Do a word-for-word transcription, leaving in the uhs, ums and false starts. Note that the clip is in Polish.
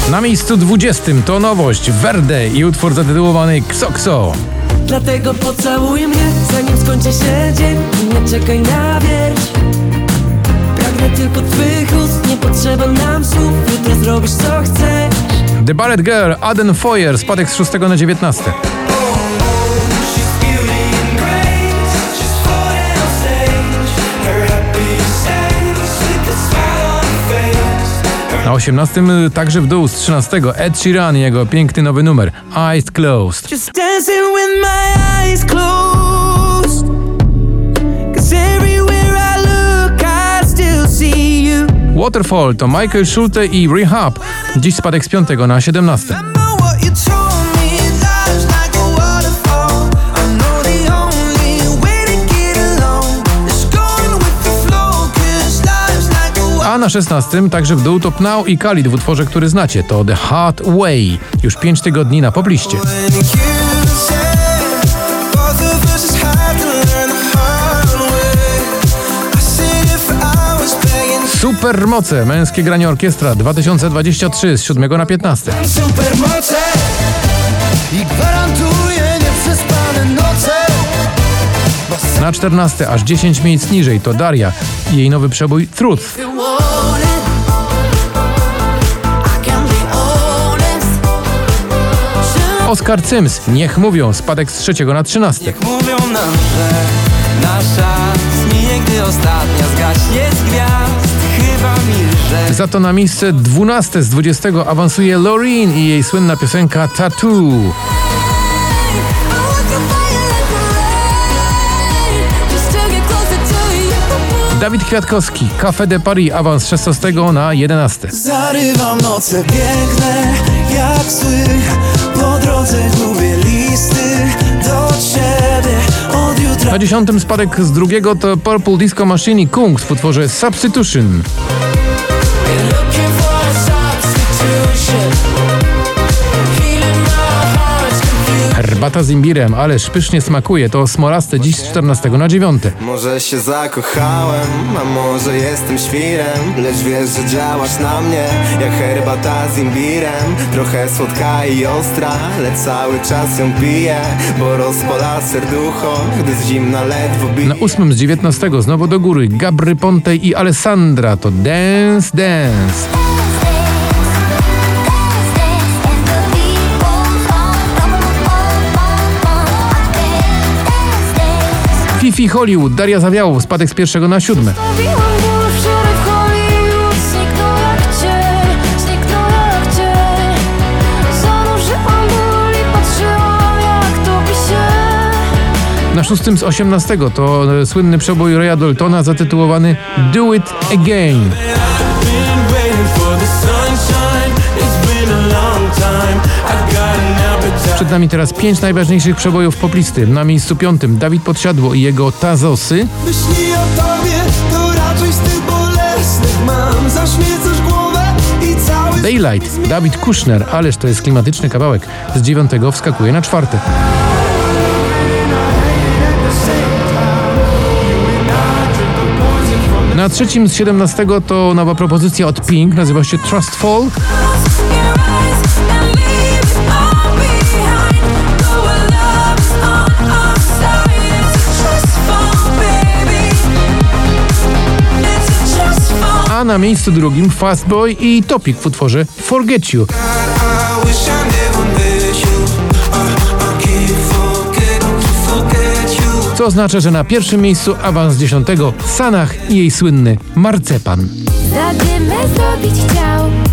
Na miejscu dwudziestym to nowość Verde i utwór zatytułowany Kso Kso. Dlatego pocałuj mnie, zanim skończy się dzień. Nie czekaj na wieś. Pragnę tylko twych ust, nie potrzeba nam słów. Jutro zrobisz co chcesz. The Ballet Girl, Aden Foyer, spadek z szóstego na dziewiętnaste. Na osiemnastym także w dół z trzynastego Ed Sheeran i jego piękny nowy numer Eyes Closed. Just dancing with my eyes closed. 'Cause everywhere I look I still see you. Waterfall to Michael Schulte i Rehab. Dziś spadek z piątego na siedemnaste. A na szesnastym także w dół to Pnau i Khalid w utworze, który znacie. To The Hard Way. Już pięć tygodni na pobliście. Supermoce. Męskie granie orkiestra dwa tysiące dwudziesty trzeci z siódmego na piętnaste. Supermoce i gwarantuję nieprzespane noce. Na czternaste aż dziesięć miejsc niżej to Daria i jej nowy przebój Truth. Oskar Cyms, Niech mówią, spadek z trzeciego na trzynaste. Niech mówią nam, że nasza zmije, gdy ostatnia zgaśnie z gwiazd. Chyba mi lże. Za to na miejsce dwunaste z dwudziestego awansuje Loreen i jej słynna piosenka Tattoo. Dawid Kwiatkowski, Café de Paris, awans z szesnastego na jedenaste. Zarywam noce piękne jak sły. Po drodze gubię listy do ciebie od jutra. Na dziesiątym spadek z drugiego to Purple Disco Machine i Kungs w utworze Substitution. Herbata z imbirem, ależ pysznie smakuje, to Smolaste dziś z czternastego na dziewiąte. Może się zakochałem, a może jestem świrem, lecz wiesz, że działasz na mnie jak herbata z imbirem. Trochę słodka i ostra, lecz cały czas ją piję, bo rozpala serducho, gdy z zimna ledwo bije. Na ósmym z dziewiętnastego znowu do góry Gabry Ponte i Alessandra, to Dance Dance. Fifi Hollywood, Daria Zawiałow, spadek z pierwszego na siódme. Na szóstym z osiemnastego to słynny przebój Raya Daltona zatytułowany Do It Again. Przed nami teraz pięć najważniejszych przebojów poplisty. Na miejscu piątym Dawid Podsiadło i jego Tazosy. Myśli o tobie, to raczej z tych bolesnych mam. Zaśmiecasz głowę i cały... Daylight, Dawid Kushner, ależ to jest klimatyczny kawałek. Z dziewiątego wskakuje na czwarte. Na trzecim z siedemnastego to nowa propozycja od Pink, nazywa się Trust Fall. A na miejscu drugim Fastboy i Topic w utworze Forget You. Co oznacza, że na pierwszym miejscu awans z dziesiątego Sanach i jej słynny Marcepan. Zadymę zrobić chciał.